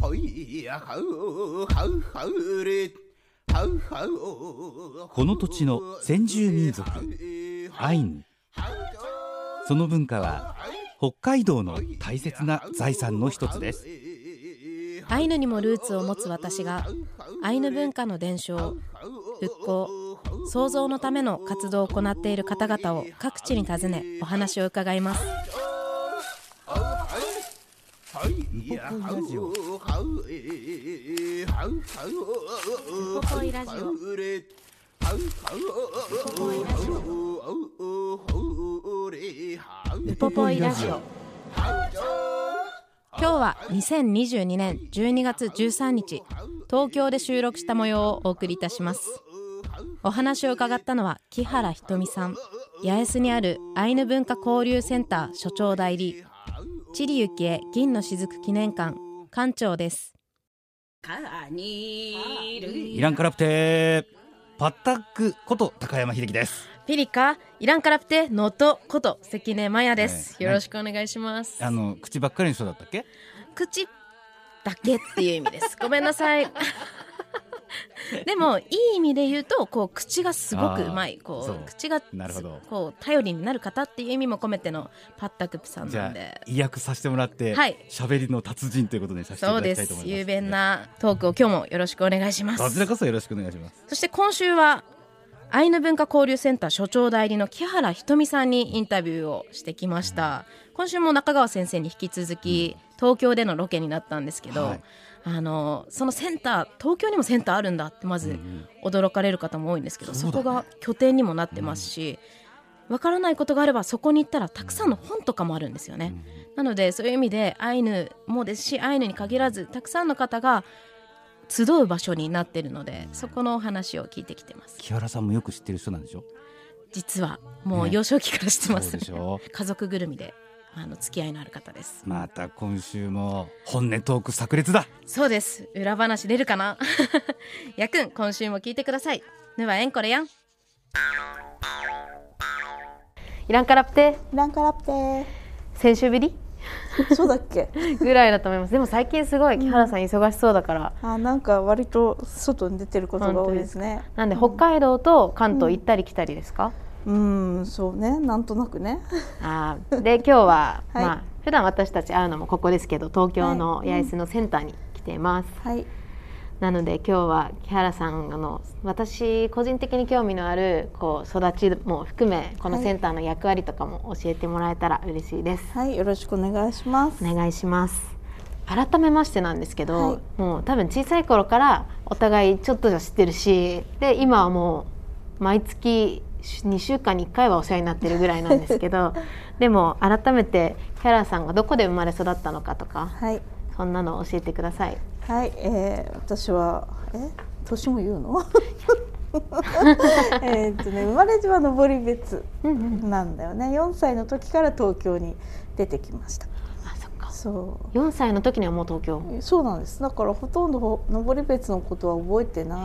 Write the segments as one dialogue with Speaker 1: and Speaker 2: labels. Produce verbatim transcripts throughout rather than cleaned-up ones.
Speaker 1: この土地の先住民族アイヌ、その文化は北海道の大切な財産の一つです。
Speaker 2: アイヌにもルーツを持つ私がアイヌ文化の伝承、復興、創造のための活動を行っている方々を各地に訪ねお話を伺います。
Speaker 1: ウポポイラジオ。ウ
Speaker 2: ポポイラジオ。ウポポイラジオ。今日はにせんにじゅうにねんじゅうにがつじゅうさんにち、東京で収録した模様をお送りいたします。お話を伺ったのは木原ひとみさん、八重洲にあるアイヌ文化交流センター所長代理、チリユキエ銀の雫記念館館長です。
Speaker 1: イランカラプテパッタックこと高山秀樹です。
Speaker 2: ピリカイランカラプテノトこと関根麻也です、えー、よろしくお願いします。
Speaker 1: あの口ばっかりの人だったっけ？
Speaker 2: 口だけっていう意味ですごめんなさいでもいい意味で言うとこう口がすごくうまい、こう口が
Speaker 1: なるほど、
Speaker 2: こう頼りになる方っていう意味も込めてのパッタクプさんなんで、
Speaker 1: じゃあ意訳させてもらって、はい、喋りの達人ということにさせていただきたいと思います。
Speaker 2: そうです。雄弁なトークを今日もよろしくお願いします。
Speaker 1: こちらこそよろしくお願いします。
Speaker 2: そして今週はアイヌ文化交流センター所長代理の木原ひとみさんにインタビューをしてきました、うん、今週も中川先生に引き続き、うん、東京でのロケになったんですけど、はい、あのそのセンター、東京にもセンターあるんだってまず驚かれる方も多いんですけど、うん、そこが拠点にもなってますし、わ、うん、からないことがあればそこに行ったらたくさんの本とかもあるんですよね、うん、なのでそういう意味でアイヌもですし、アイヌに限らずたくさんの方が集う場所になっているので、そこのお話を聞いてきてます。
Speaker 1: 木原さんもよく知ってる人なんでしょ？
Speaker 2: 実はもう幼少期から知ってます、ね、
Speaker 1: そうでしょ。
Speaker 2: 家族ぐるみであの付き合いのある方です。
Speaker 1: また今週も本音トーク炸裂だ。
Speaker 2: そうです。裏話出るかなやくん、今週も聞いてください。ではエンコレやん。イランカラプテ
Speaker 3: イランカラプテ
Speaker 2: 先週ぶり
Speaker 3: そうだっけ
Speaker 2: ぐらいだと思います。でも最近すごい木原さん忙しそうだから、
Speaker 3: うん、あなんか割と外に出てることが多いですね。
Speaker 2: なんで北海道と関東行ったり来たりですか？
Speaker 3: うん、うん、そうね、なんとなくね。
Speaker 2: あで今日は、はい、まあ、普段私たち会うのもここですけど、東京の八重洲のセンターに来ています、はい、うん、なので今日は木原さんの私個人的に興味のあるこう育ちも含め、このセンターの役割とかも教えてもらえたら嬉しいです。
Speaker 3: はい、よろしくお願いします。
Speaker 2: お願いします。改めましてなんですけど、はい、もう多分小さい頃からお互いちょっとじゃ知ってるし、で今はもう毎月にしゅうかんにいっかいはお世話になってるぐらいなんですけどでも改めて木原さんがどこで生まれ育ったのかとか、はい、そんなのを教えてください。
Speaker 3: はい、えー、私はえ年も言うのえっとね生まれ地は登別なんだよね、うんうん、よんさいの時から東京に出てきました。
Speaker 2: あ、そっか。
Speaker 3: そう
Speaker 2: よんさいの時にはもう東京。
Speaker 3: そうなんです。だからほとんど登別のことは覚えてない。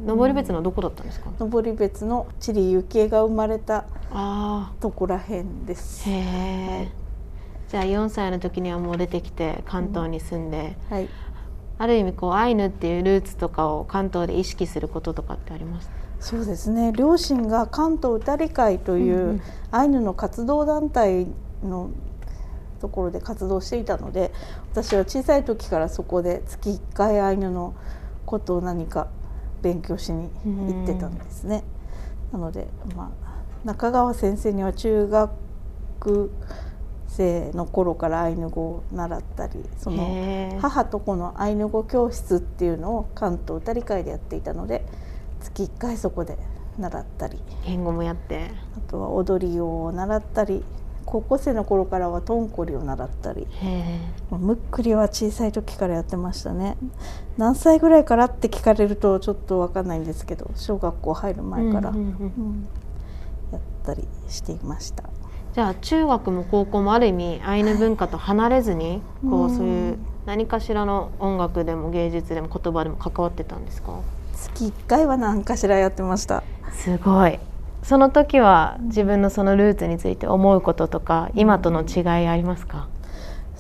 Speaker 2: 登別のどこだったんですか？
Speaker 3: うん、登別のチリユキエが生まれたとこらへんです。
Speaker 2: へー、はい、じゃあよんさいの時にはもう出てきて関東に住んで、うん、はい、ある意味こうアイヌっていうルーツとかを関東で意識することとかってあります？
Speaker 3: そうですね、両親が関東歌理会という、うんうん、アイヌの活動団体のところで活動していたので、私は小さい時からそこで月いっかいアイヌのことを何か勉強しに行ってたんですね。なので、まあ、中川先生には中学生の頃からアイヌ語を習ったり、その母と子のアイヌ語教室っていうのを関東歌理会でやっていたので、月いっかいそこで習ったり、
Speaker 2: 言語もやって、
Speaker 3: あとは踊りを習ったり、高校生の頃からはトンコリを習ったり、ムックリは小さい時からやってましたね。何歳ぐらいからって聞かれるとちょっと分かんないんですけど、小学校入る前から、うんうんうんうん、やったりしていました。
Speaker 2: じゃあ中学も高校もある意味アイヌ文化と離れずに、はい、こうそういう何かしらの音楽でも芸術でも言葉でも関わってたんですか？
Speaker 3: 月いっかいは何かしらやってました。
Speaker 2: すごい。その時は自分のそのルーツについて思うこととか今との違いありますか？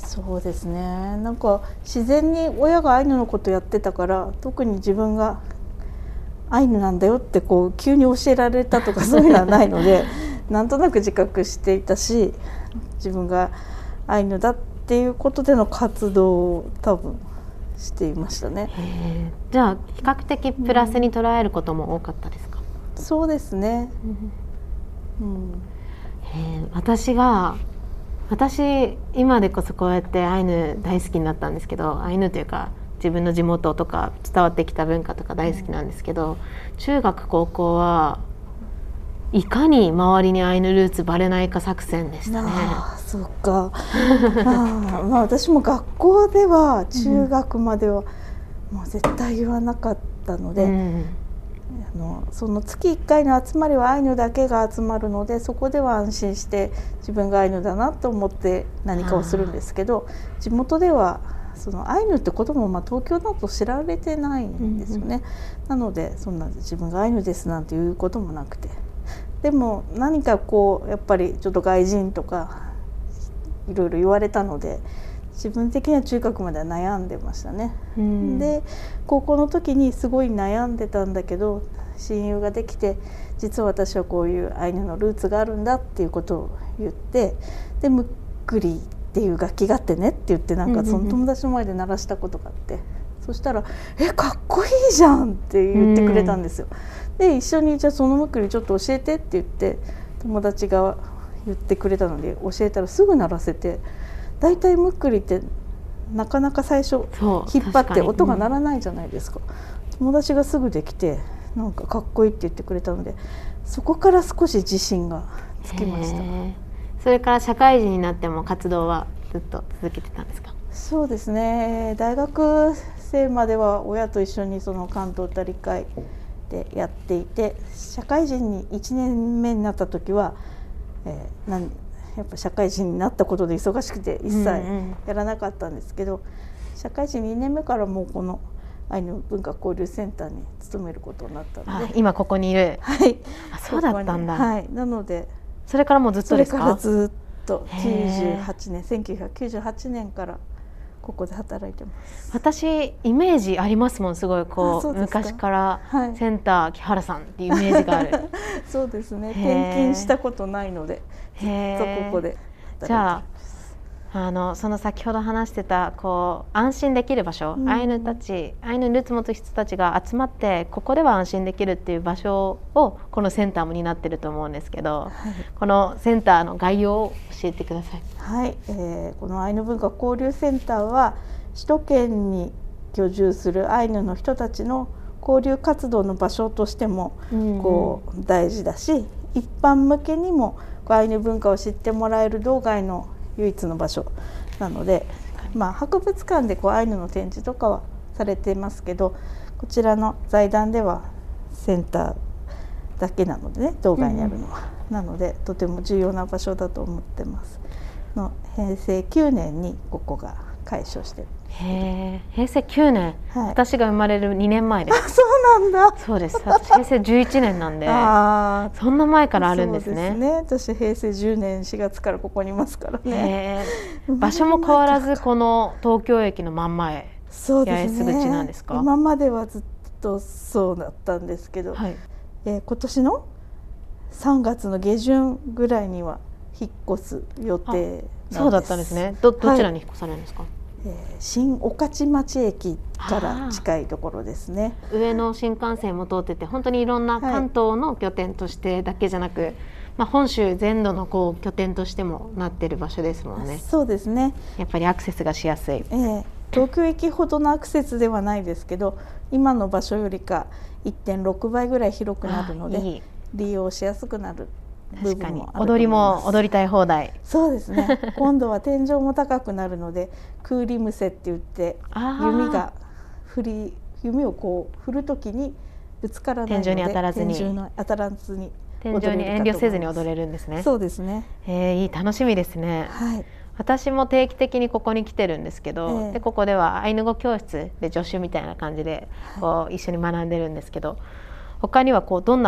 Speaker 3: そうですね、なんか自然に親がアイヌのことやってたから、特に自分がアイヌなんだよってこう急に教えられたとかそういうのはないのでなんとなく自覚していたし、自分がアイヌだっていうことでの活動を多分していましたね。
Speaker 4: へじゃあ比較的プラスに捉えることも多かったですか？
Speaker 3: うん、そうですね、うん、
Speaker 4: へ私が私今でこそこうやってアイヌ大好きになったんですけど、アイヌというか自分の地元とか伝わってきた文化とか大好きなんですけど、中学高校はいかに周りにアイヌルーツバレないか作戦でしたね。
Speaker 3: ああ、そうかあ、まあ、私も学校では中学まではもう絶対言わなかったので、うん、あのその月いっかいの集まりはアイヌだけが集まるので、そこでは安心して自分がアイヌだなと思って何かをするんですけど、地元ではそのアイヌってこともまあ東京だと知られてないんですよね、うんうん、なのでそんな自分がアイヌですなんていうこともなくて、でも何かこうやっぱりちょっと外人とかいろいろ言われたので、自分的には中学までは悩んでましたね、うん、で高校の時にすごい悩んでたんだけど、親友ができて、実は私はこういうアイヌのルーツがあるんだっていうことを言って、でムックリっていう楽器があってねって言って、なんかその友達の前で鳴らしたことがあって、うんうんうん、そしたら「えかっこいいじゃん」って言ってくれたんですよ、うん、で一緒にじゃあそのムックリちょっと教えてって言って友達が言ってくれたので教えたらすぐ鳴らせて、だいたいムックリってなかなか最初引っ張って音が鳴らないじゃないですか、うん、友達がすぐできてなんかかっこいいって言ってくれたので、そこから少し自信がつきました。
Speaker 4: それから社会人になっても活動はずっと続けてたんですか？
Speaker 3: そうですね、大学生までは親と一緒にその関東歌理会でやっていて、社会人にいちねんめになった時は、えー、なんやっぱ社会人になったことで忙しくて一切やらなかったんですけど、うんうん、社会人にねんめからもうこのアイヌ文化交流センターに勤めることになったので、
Speaker 4: 今ここにいる。
Speaker 3: はい、
Speaker 4: あ、そうだったんだ。
Speaker 3: はい、なので
Speaker 4: それからもうずっとですか？
Speaker 3: それからずっときゅうじゅうはちねんせんきゅうひゃくきゅうじゅうはちねんからここで働いてます。
Speaker 4: 私イメージありますもん、すごいこう昔からセンター木原さんっていうイメージがある、はい、
Speaker 3: そうですね、転勤したことないのでずっとここで働いてます。
Speaker 4: じゃああのその先ほど話してたこう安心できる場所、うん、アイヌたちアイヌルーツ持つ人たちが集まってここでは安心できるっていう場所をこのセンターも担ってると思うんですけど、はい、このセンターの概要を教えてください。
Speaker 3: はい、えー、このアイヌ文化交流センターは首都圏に居住するアイヌの人たちの交流活動の場所としてもこう大事だし、一般向けにもアイヌ文化を知ってもらえる道外の唯一の場所なので、まあ、博物館でこうアイヌの展示とかはされていますけど、こちらの財団ではセンターだけなのでね、道外にあるのは、うん、なのでとても重要な場所だと思ってます。のへいせいきゅうねんにここが開所してる。
Speaker 4: へー、へいせいきゅうねん、はい、私が生まれるにねんまえです。
Speaker 3: あ、そうなんだ。
Speaker 4: そうです。私へいせいじゅういちねんなんであそんな前からあるんですね。
Speaker 3: そうですね、私へいせいじゅうねんしがつからここにいますからね。
Speaker 4: 場所も変わらずこの東京駅の真ん前、
Speaker 3: そうですね、
Speaker 4: 八重洲口なんですか？
Speaker 3: 今まではずっとそうだったんですけど、はい、えー、今年のさんがつの下旬ぐらいには引っ越す予定なんです。
Speaker 4: そうだったんですね。ど、どちらに引っ越されるんですか？はい、
Speaker 3: えー、新御徒町駅から近いところですね。
Speaker 4: 上の新幹線も通ってて、本当にいろんな関東の拠点としてだけじゃなく、はい、まあ、本州全土のこう拠点としてもなってる場所ですもんね。
Speaker 3: そうですね、や
Speaker 4: っぱりアクセスがしやすい、
Speaker 3: えー、東京駅ほどのアクセスではないですけど、今の場所よりか いってんろくばいぐらい広くなるので、いい利用しやすくなる部分もあると思います。
Speaker 4: 踊りも踊りたい放題。
Speaker 3: そうですね今度は天井も高くなるので、クーリムセって言って弓が振り弓をこう振るときにぶつからないので、
Speaker 4: 天井に当たらずに
Speaker 3: 天井に当たらずに
Speaker 4: 天井に遠慮せずに踊れるんですね。
Speaker 3: そうですね、
Speaker 4: えー、いい、楽しみですね。
Speaker 3: はい、
Speaker 4: 私も定期的にここに来てるんですけど、えー、でここではアイヌ語教室で助手みたいな感じでこう一緒に学んでるんですけど、他にはこうどんな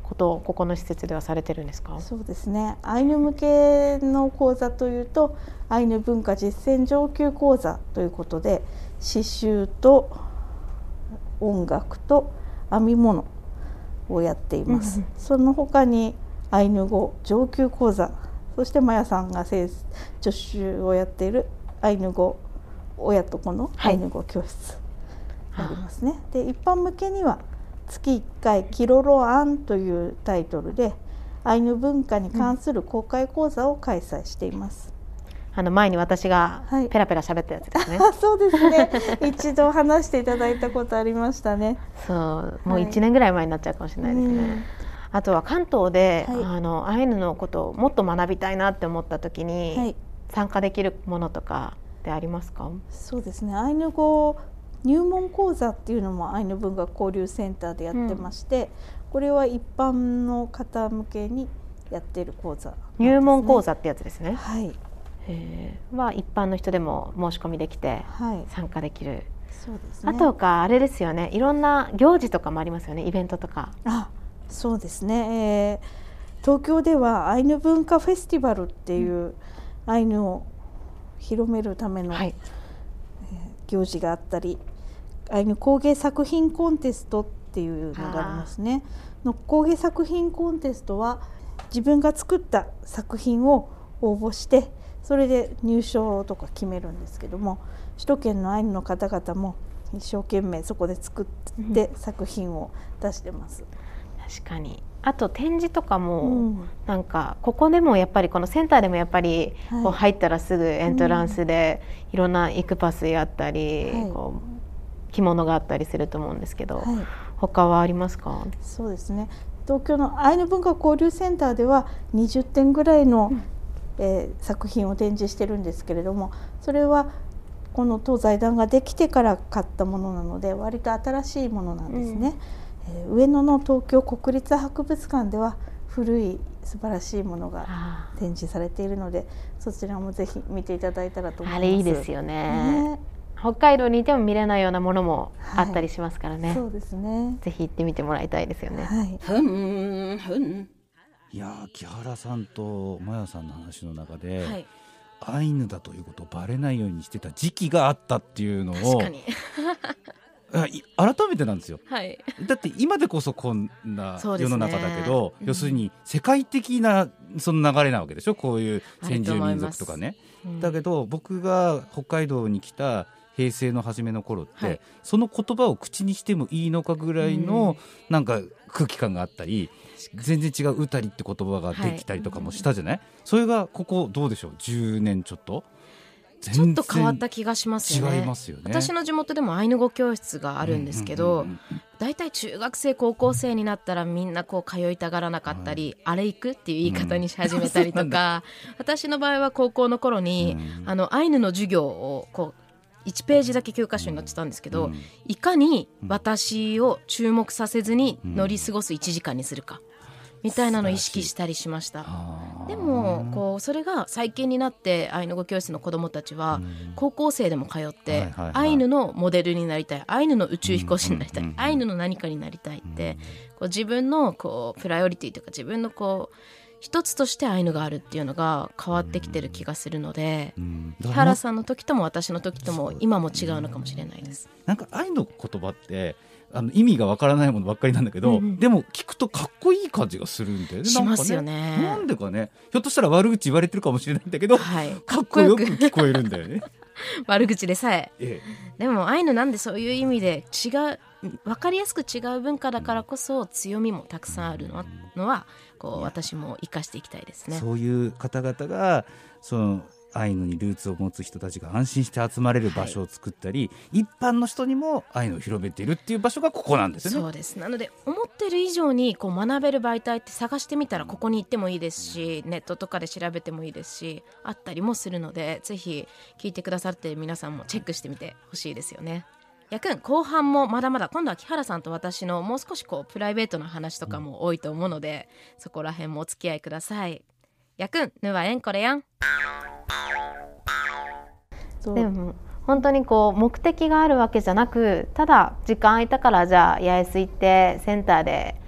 Speaker 4: ことをここの施設ではされてるんですか？
Speaker 3: そうですね、アイヌ向けの講座というとアイヌ文化実践上級講座ということで、刺繍と音楽と編み物をやっています、うん、その他にアイヌ語上級講座、そしてマヤさんが助手をやっているアイヌ語親と子のアイヌ語教室ありますね、はい、で一般向けには月いっかいキロロアンというタイトルでアイヌ文化に関する公開講座を開催しています、
Speaker 4: うん、あの前に私がペラペラ喋ったやつですね、
Speaker 3: はい、そうですね一度話していただいたことありましたね。
Speaker 4: そうもういちねんぐらい前になっちゃうかもしれないですね、はい、あとは関東で、はい、あのアイヌのことをもっと学びたいなって思った時に、はい、参加できるものとかってありますか？
Speaker 3: そうですね、アイヌ語入門講座っていうのもアイヌ文学交流センターでやってまして、うん、これは一般の方向けにやっている講座、ね、
Speaker 4: 入門講座ってやつですね。
Speaker 3: はい。
Speaker 4: へーは一般の人でも申し込みできて参加できる、はい、
Speaker 3: そうですね。
Speaker 4: あとかあれですよね、いろんな行事とかもありますよね、イベントとか。
Speaker 3: あ、そうですね、えー、東京ではアイヌ文化フェスティバルっていう、うん、アイヌを広めるための、はい、えー、行事があったり、アイヌ工芸作品コンテストっていうのがありますね。の工芸作品コンテストは自分が作った作品を応募して、それで入賞とか決めるんですけども、首都圏のアイヌの方々も一生懸命そこで作って作品を出してます、
Speaker 4: うん、確かに。あと展示とかも、うん、なんかここでもやっぱりこのセンターでもやっぱりこう入ったらすぐエントランスでいろんなイクパスやったり、はい、こう着物があったりすると思うんですけど、はい、他はありますか？
Speaker 3: そうですね、東京のアイヌ文化交流センターではにじゅってんぐらいの、うん、えー、作品を展示してるんですけれども、それはこの当財団ができてから買ったものなので割と新しいものなんですね、うん、えー、上野の東京国立博物館では古い素晴らしいものが展示されているので、そちらもぜひ見ていただいたらと思います。
Speaker 4: あれいいですよね、ね、北海道にいても見れないようなものもあったりしますからね、
Speaker 3: はい、そうですね、
Speaker 4: ぜひ行ってみてもらいたいですよね、
Speaker 3: はい、
Speaker 1: ふんふん。いや、木原さんとマヤさんの話の中で、はい、アイヌだということをバレないようにしてた時期があったっていうのを
Speaker 2: 確かに
Speaker 1: 改めてなんですよ、
Speaker 2: はい、
Speaker 1: だって今でこそこんな世の中だけど、ね、要するに世界的なその流れなわけでしょ、こういう先住民族とかね、うん、だけど僕が北海道に来た平成の初めの頃って、はい、その言葉を口にしてもいいのかぐらいのなんか空気感があったり、全然違ううたりって言葉ができたりとかもしたじゃない、はい、それがここどうでしょう、じゅうねんちょっと
Speaker 2: ちょっと変わった気がしますよね。
Speaker 1: 違いますよね。
Speaker 2: 私の地元でもアイヌ語教室があるんですけど、だいたい中学生高校生になったらみんなこう通いたがらなかったり、はい、あれ行くっていう言い方にし始めたりとか、うん、私の場合は高校の頃に、うん、あのアイヌの授業をこういちページだけ教科書に載ってたんですけど、うん、いかに私を注目させずに乗り過ごすいちじかんにするかみたいなのを意識したりしました。でもこうそれが最近になってアイヌ語教室の子どもたちは高校生でも通ってアイヌのモデルになりたい、アイヌの宇宙飛行士になりたい、アイヌの何かになりたいってこう自分のこうプライオリティというか自分のこう一つとしてアイヌがあるっていうのが変わってきてる気がするので、木原さんの時とも私の時とも今も違うのかもしれないです。
Speaker 1: なんかアイヌの言葉ってあの意味がわからないものばっかりなんだけど、うん、でも聞くとかっこいい感じがするんだよね。
Speaker 2: しますよね。
Speaker 1: なんでかね、ひょっとしたら悪口言われてるかもしれないんだけど、はい、かっこよく聞こえるんだよね
Speaker 2: 悪口でさえ、
Speaker 1: ええ、
Speaker 2: でもアイヌなんでそういう意味で違う分かりやすく違う文化だからこそ強みもたくさんあるのは、のはこう私も生かしていきたいですね。
Speaker 1: そういう方々がそのアイヌにルーツを持つ人たちが安心して集まれる場所を作ったり、はい、一般の人にもアイヌを広めているっていう場所がここなんですよね。
Speaker 2: そうです。なので思ってる以上にこう学べる媒体って探してみたらここに行ってもいいですし、ネットとかで調べてもいいですし、あったりもするので、ぜひ聞いてくださってる皆さんもチェックしてみてほしいですよね。やくん、後半もまだまだ今度は木原さんと私のもう少しこうプライベートな話とかも多いと思うので、そこら辺もお付き合いください。やくん、ぬはえんこれやん。
Speaker 4: でも本当にこう目的があるわけじゃなく、ただ時間空いたからじゃあ八重洲行ってセンターで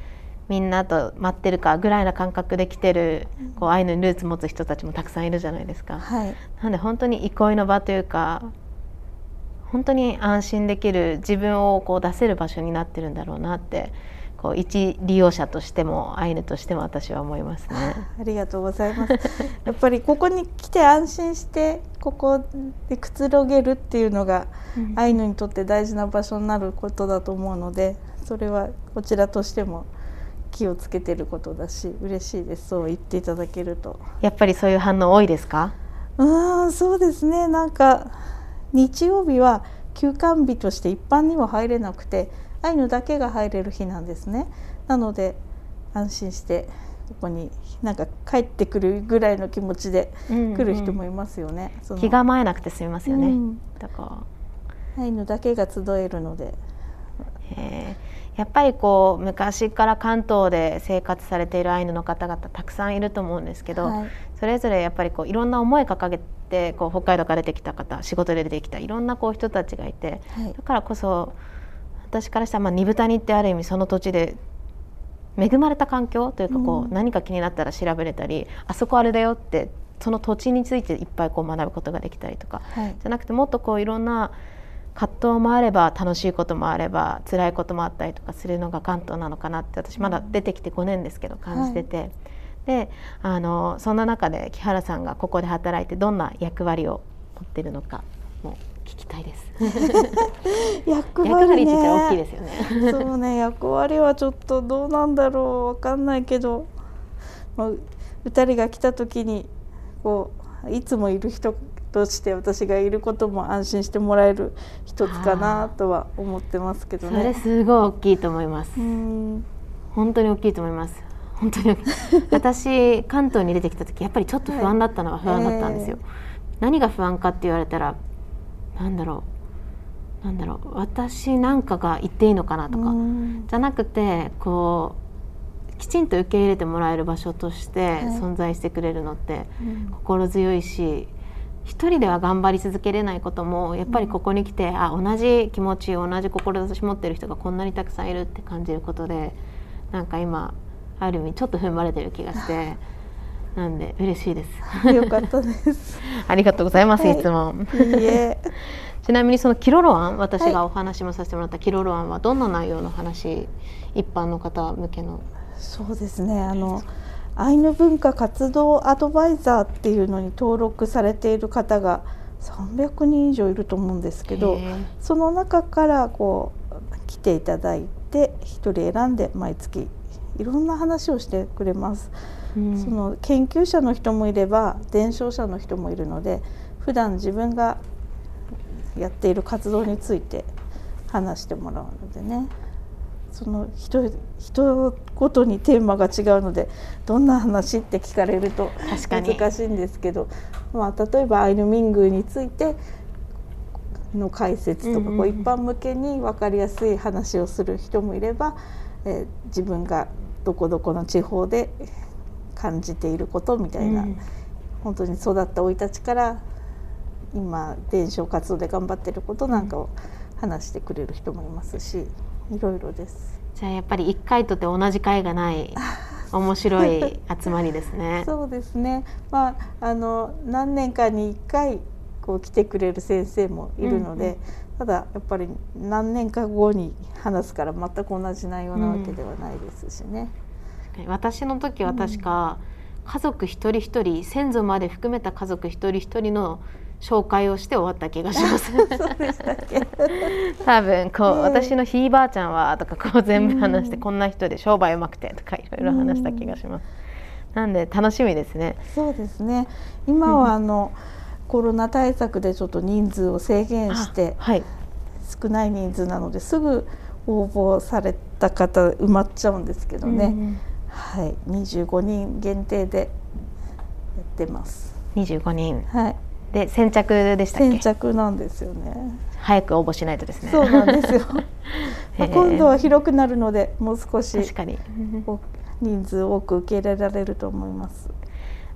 Speaker 4: みんなと待ってるかぐらいな感覚で来てるこうアイヌにルーツ持つ人たちもたくさんいるじゃないですか、
Speaker 3: はい、
Speaker 4: なので本当に憩いの場というか本当に安心できる自分をこう出せる場所になってるんだろうなってこう一利用者としてもアイヌとしても私は思いますね。
Speaker 3: ありがとうございますやっぱりここに来て安心してここでくつろげるっていうのが、うん、アイヌにとって大事な場所になることだと思うのでそれはこちらとしても気をつけてることだし嬉しいです。そう言っていただけると。
Speaker 4: やっぱりそういう反応多いですか？
Speaker 3: うんそうですね。なんか日曜日は休館日として一般には入れなくてアイヌだけが入れる日なんですね。なので安心してここになんか帰ってくるぐらいの気持ちで来る人もいますよね、
Speaker 4: うんうん、気構えなくて済みますよね、うん、だ
Speaker 3: からアイヌだけが集えるので。
Speaker 4: へやっぱりこう昔から関東で生活されているアイヌの方々たくさんいると思うんですけど、はい、それぞれやっぱりこういろんな思いを掲げてこう北海道から出てきた方仕事で出てきたいろんなこう人たちがいて、はい、だからこそ私からしたらまあ二豚にってある意味その土地で恵まれた環境というかこう、うん、何か気になったら調べれたりあそこあれだよってその土地についていっぱいこう学ぶことができたりとか、はい、じゃなくてもっとこういろんな葛藤もあれば楽しいこともあれば辛いこともあったりとかするのが関東なのかなって私まだ出てきてごねんですけど感じてて、はい、であのそんな中で木原さんがここで働いてどんな役割を持ってるのかもう聞きたいです
Speaker 3: 役割ね、
Speaker 4: 役割って言ったら大きいですよね
Speaker 3: そうね役割はちょっとどうなんだろう分かんないけど、まあ、ふたりが来た時にこういつもいる人として私がいることも安心してもらえる一つかなとは思ってますけどね。
Speaker 4: それすごい大きいと思います。うん本当に大きいと思います。本当に私関東に出てきた時やっぱりちょっと不安だったのは不安だったんですよ、はいえー、何が不安かって言われたらなんだろうなんだろう私なんかが言っていいのかなとかじゃなくてこうきちんと受け入れてもらえる場所として存在してくれるのって心強いし、一人では頑張り続けれないこともやっぱりここに来てあ同じ気持ち同じ志持ってる人がこんなにたくさんいるって感じることでなんか今ある意味ちょっと踏ん張れてる気がしてなんで嬉しいです
Speaker 3: よかったです
Speaker 4: ありがとうございます、はい、いつも
Speaker 3: いいえ
Speaker 4: ちなみにそのキロロアン私がお話もさせてもらったキロロアンはどんな内容の話一般の方向けの。
Speaker 3: そうですねあのアイヌ文化活動アドバイザーっていうのに登録されている方がさんびゃくにん以上いると思うんですけどその中からこう来ていただいてひとり選んで毎月いろんな話をしてくれます、うん、その研究者の人もいれば伝承者の人もいるので普段自分がやっている活動について話してもらうのでねその 人, 人ごとにテーマが違うのでどんな話って聞かれると難しいんですけど、まあ、例えばアイヌミングについての解説とか、うんうん、こう一般向けに分かりやすい話をする人もいれば、えー、自分がどこどこの地方で感じていることみたいな、うん、本当に育った生い立ちから今伝承活動で頑張っていることなんかを話してくれる人もいますしいろいろです。
Speaker 4: じゃあやっぱりいっかいとって同じ回がない面白い集まりですね
Speaker 3: そうですね、まあ、あの何年かにいっかいこう来てくれる先生もいるので、うんうん、ただやっぱり何年か後に話すから全く同じ内容なわけではないですしね、
Speaker 4: うん、私の時は確か家族一人一人先祖まで含めた家族一人一人の紹介をして終わった気がします
Speaker 3: そうでしたっけ
Speaker 4: 多分こう、えー、私のひいばあちゃんはとかこう全部話して、うん、こんな人で商売うまくてとかいろいろ話した気がします、うん、なんで楽しみですね。
Speaker 3: そうですね今はあのコロナ対策でちょっと人数を制限して、はい、少ない人数なのですぐ応募された方埋まっちゃうんですけどね、うんはい、にじゅうごにん限定でやってます。
Speaker 4: にじゅうごにん、
Speaker 3: はい、
Speaker 4: で先着でしたっけ？
Speaker 3: 先着なんですよね。
Speaker 4: 早く応募しないとですね。
Speaker 3: そうなんですよまあ今度は広くなるのでもう少し
Speaker 4: 確かに
Speaker 3: 人数多く受け入れられると思います。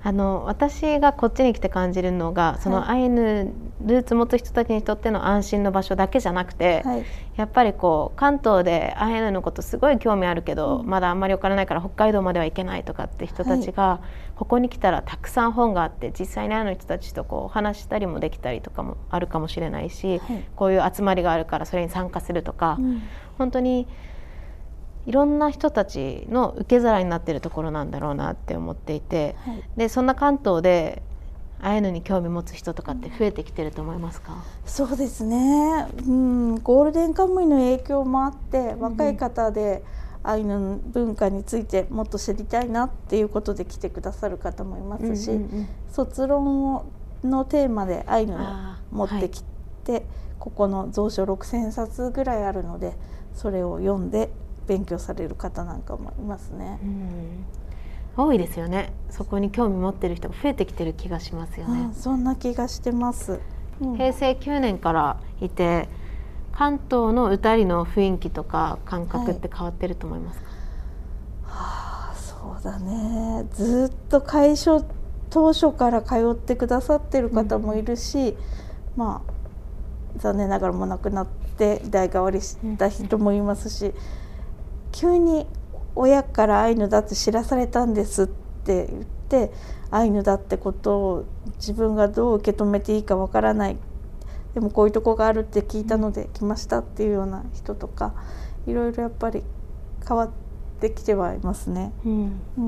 Speaker 4: あの私がこっちに来て感じるのが、そのアイヌルーツ持つ人たちにとっての安心の場所だけじゃなくて、はい、やっぱりこう関東でアイヌのことすごい興味あるけど、うん、まだあんまり分からないから北海道までは行けないとかって人たちが、はい、ここに来たらたくさん本があって、実際にアイヌの人たちとこうお話したりもできたりとかもあるかもしれないし、はい、こういう集まりがあるからそれに参加するとか、うん、本当にいろんな人たちの受け皿になっているところなんだろうなって思っていて、はい、でそんな関東でアイヌに興味持つ人とかって増えてきてると思いますか？
Speaker 3: そうですね、うん、ゴールデンカムイの影響もあって若い方でアイヌ文化についてもっと知りたいなっていうことで来てくださる方もいますし、うんうんうん、卒論をのテーマでアイヌを持ってきて、はい、ここの蔵書ろくせんさつぐらいあるのでそれを読んで勉強される方なんかもいますね。うん、
Speaker 4: 多いですよね。そこに興味持ってる人が増えてきてる気がしますよね。
Speaker 3: うん、そんな気がしてます。
Speaker 4: うん、へいせいきゅうねんからいて関東の歌りの雰囲気とか感覚って変わってると思いますか？
Speaker 3: はい、はあ、そうだね。ずっと開所当初から通ってくださってる方もいるし、うん、まあ残念ながらもう亡くなって代替わりした人もいますし、うん、急に親からアイヌだって知らされたんですって言ってアイヌだってことを自分がどう受け止めていいかわからない、でもこういうとこがあるって聞いたので来ましたっていうような人とかいろいろやっぱり変わってきてはいますね。うんうん、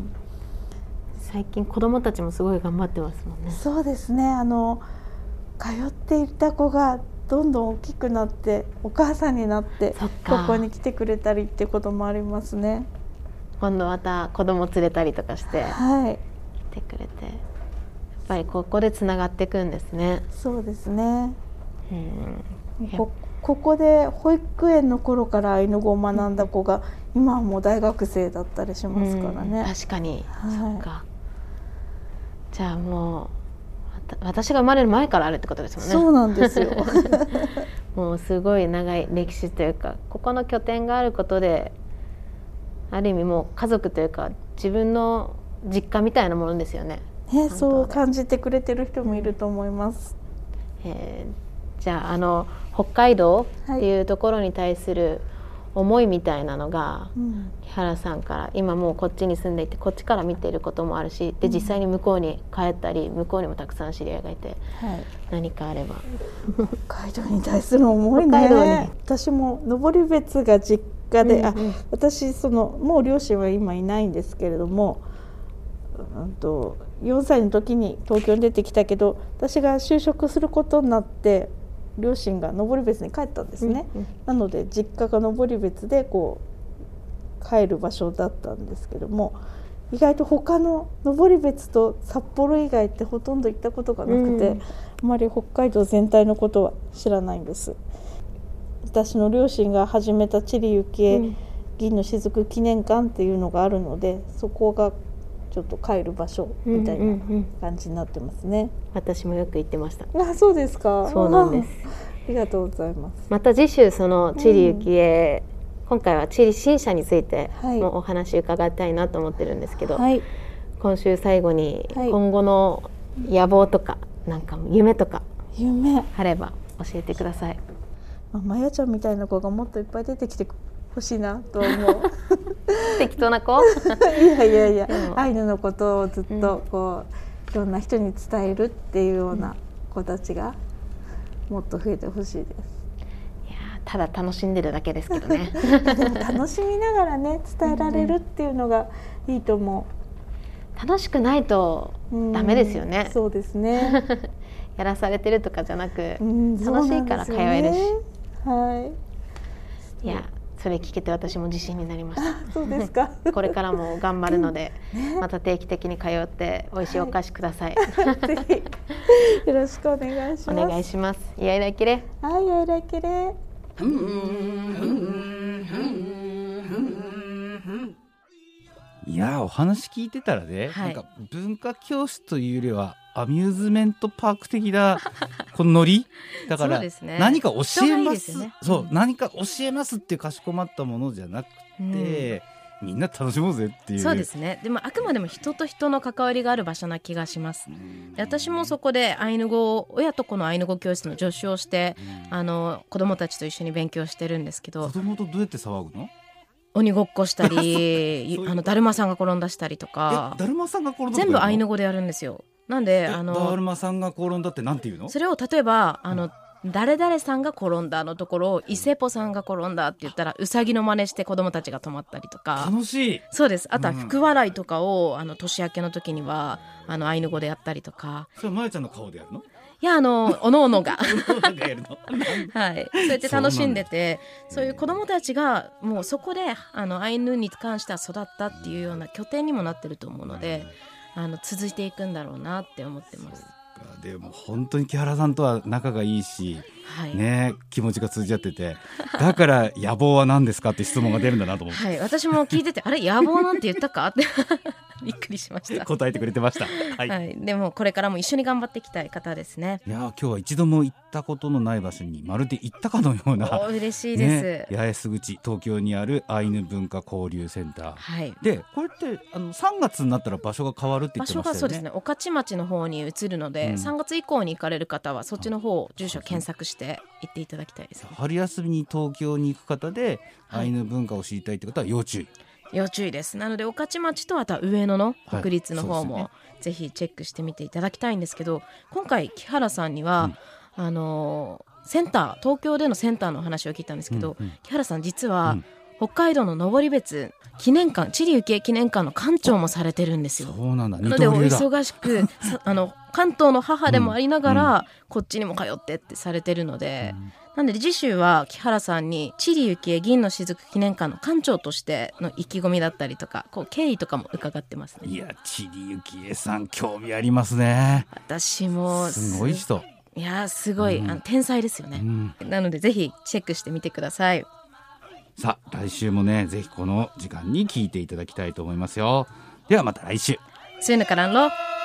Speaker 4: 最近子どもたちもすごい頑張ってますもんね。
Speaker 3: そうですね、あの通っていた子がどんどん大きくなってお母さんになってここに来てくれたりっていうこともありますね。
Speaker 4: 今度また子供連れたりとかして、はい、来てくれてやっぱりここでつながっていくんですね。
Speaker 3: そうですね、うん、こ, ここで保育園の頃からアイヌ語を学んだ子が今はもう大学生だったりしますからね。
Speaker 4: うん、確かに、はい、そっか。じゃあもう私が生まれる前からあるってことですもんね。
Speaker 3: そうなんですよ
Speaker 4: もうすごい長い歴史というか、ここの拠点があることである意味もう家族というか自分の実家みたいなものですよね。
Speaker 3: ね、そう感じてくれてる人もいると思います。
Speaker 4: えー、じゃあ、あの北海道っていうところに対する思いみたいなのが、はい、木原さんから今もうこっちに住んでいてこっちから見ていることもあるし、で実際に向こうに帰ったり向こうにもたくさん知り合いがいて、はい、何かあれば。
Speaker 3: 北海道に対する思いね。私も登別が実家で、うんうん、あ私そのもう両親は今いないんですけれども、うんとよんさいの時に東京に出てきたけど、私が就職することになって両親が登別に帰ったんですね。うんうん、なので実家が登別でこう帰る場所だったんですけども、意外と他の登別と札幌以外ってほとんど行ったことがなくて、うん、あまり北海道全体のことは知らないんです。私の両親が始めた知里幸恵銀の雫記念館っていうのがあるので、そこがちょっと帰る場所みたいな感じになってますね。うんうんうん、
Speaker 4: 私もよく行ってました。
Speaker 3: あ、そうですか。
Speaker 4: そうなんです。
Speaker 3: ありがとうございます。
Speaker 4: また次週その知里幸恵、うん、今回は知里新社についてもお話伺いたいなと思ってるんですけど、はい、今週最後に今後の野望とかなんか夢とかあれば教えてください。
Speaker 3: まあ、まやちゃんみたいな子がもっといっぱい出てきてほしいなと思う。
Speaker 4: 適当な子？
Speaker 3: いやいやいや、アイヌのことをずっとこう、うん、いろんな人に伝えるっていうような子たちがもっと増えてほしいです。いや
Speaker 4: ただ楽しんでるだけですけどね。
Speaker 3: でも楽しみながらね伝えられるっていうのがいいと思
Speaker 4: う。楽しくないとダメですよね。
Speaker 3: うん、そうですね。
Speaker 4: やらされてるとかじゃなく、うん、楽しいから通えるし、ね、はい。いやそれ聞けて私も自信になりました。
Speaker 3: そうですか。
Speaker 4: これからも頑張るので、ね、また定期的に通って美味しいお菓子ください。
Speaker 3: はい、ぜひよろしくお願いします。
Speaker 4: お願いします。イヤイラキレ。
Speaker 3: はい、イヤイラキレ。
Speaker 1: いやお話聞いてたらね、はい、なんか文化教室というよりはアミューズメントパーク的なこのノリだから何か教えます、そう何か教えますっていうかしこまったものじゃなくて、うん、 みんな楽しもうぜっていう。
Speaker 2: そうですね。でもあくまでも人と人の関わりがある場所な気がします。で私もそこでアイヌ語を親と子のアイヌ語教室の助手をしてあの子供たちと一緒に勉強してるんですけど、
Speaker 1: 子供とどうやって騒ぐの？
Speaker 2: 鬼ごっこしたりあのだるまさんが転んだしたりとか、
Speaker 1: だるまさんが転んだ
Speaker 2: 全部アイヌ語でやるんですよ。なんであの
Speaker 1: だるまさんが転んだってなんて言うの？そ
Speaker 2: れを例えばあの誰々さんが転んだのところを伊勢ぽさんが転んだって言ったらうさぎの真似して子供たちが止まったりとか。
Speaker 1: 楽しい。
Speaker 2: そうです。あとは福笑いとかをあの年明けの時にはあのアイヌ語でやったりとか。
Speaker 1: それまやちゃんの顔でやるの？
Speaker 2: いやあのおのおのがはい、
Speaker 1: そう
Speaker 2: やって楽しんでて、そういう子どもたちがもうそこであのアイヌに関しては育ったっていうような拠点にもなってると思うので、あの続いていくんだろうなって思ってます。
Speaker 1: でも本当に木原さんとは仲がいいし、はいね、気持ちが通じ合ってて、だから野望は何ですかって質問が出るんだなと思って、
Speaker 2: はい、私も聞いててあれ野望なんて言ったかってびっくりしました。
Speaker 1: 答えてくれてました、はい
Speaker 2: はい、でもこれからも一緒に頑張っていきたい方ですね。
Speaker 1: いや今日は一度も行ったことのない場所にまるで行ったかのような。
Speaker 2: お嬉しいです、
Speaker 1: ね、八重洲口東京にあるアイヌ文化交流センター、
Speaker 2: はい、
Speaker 1: でこれってあのさんがつになったら場所が変わるって言ってましたよね。
Speaker 2: 場所がそうですね、御徒町の方に移るので、うん、さんがつ以降に行かれる方はそっちの方住所検索して行っていただきたいですね。
Speaker 1: 春休みに東京に行く方で、はい、アイヌ文化を知りたいって方は要注意。
Speaker 2: 要注意です。なので御徒町とあとは上野の国立の方も、はいね、ぜひチェックしてみていただきたいんですけど、今回木原さんには、うん、あのセンター東京でのセンターの話を聞いたんですけど、うんうん、木原さん実は、うん、北海道の登別記念館知里幸恵記念館の館長もされてるんですよ。
Speaker 1: そうなんだ。
Speaker 2: なのでお忙しくあの関東の母でもありながら、うん、こっちにも通ってってされてるので、うん、なので次週は木原さんに知里幸恵銀の雫記念館の館長としての意気込みだったりとかこう経緯とかも伺ってますね。
Speaker 1: いや知里幸恵さん興味ありますね。
Speaker 2: 私も
Speaker 1: すごい人。
Speaker 2: いやすごい、うん、あの天才ですよね、うん、なのでぜひチェックしてみてください。
Speaker 1: さあ来週もねぜひこの時間に聞いていただきたいと思いますよ。ではまた来週。
Speaker 2: スーヌカランロ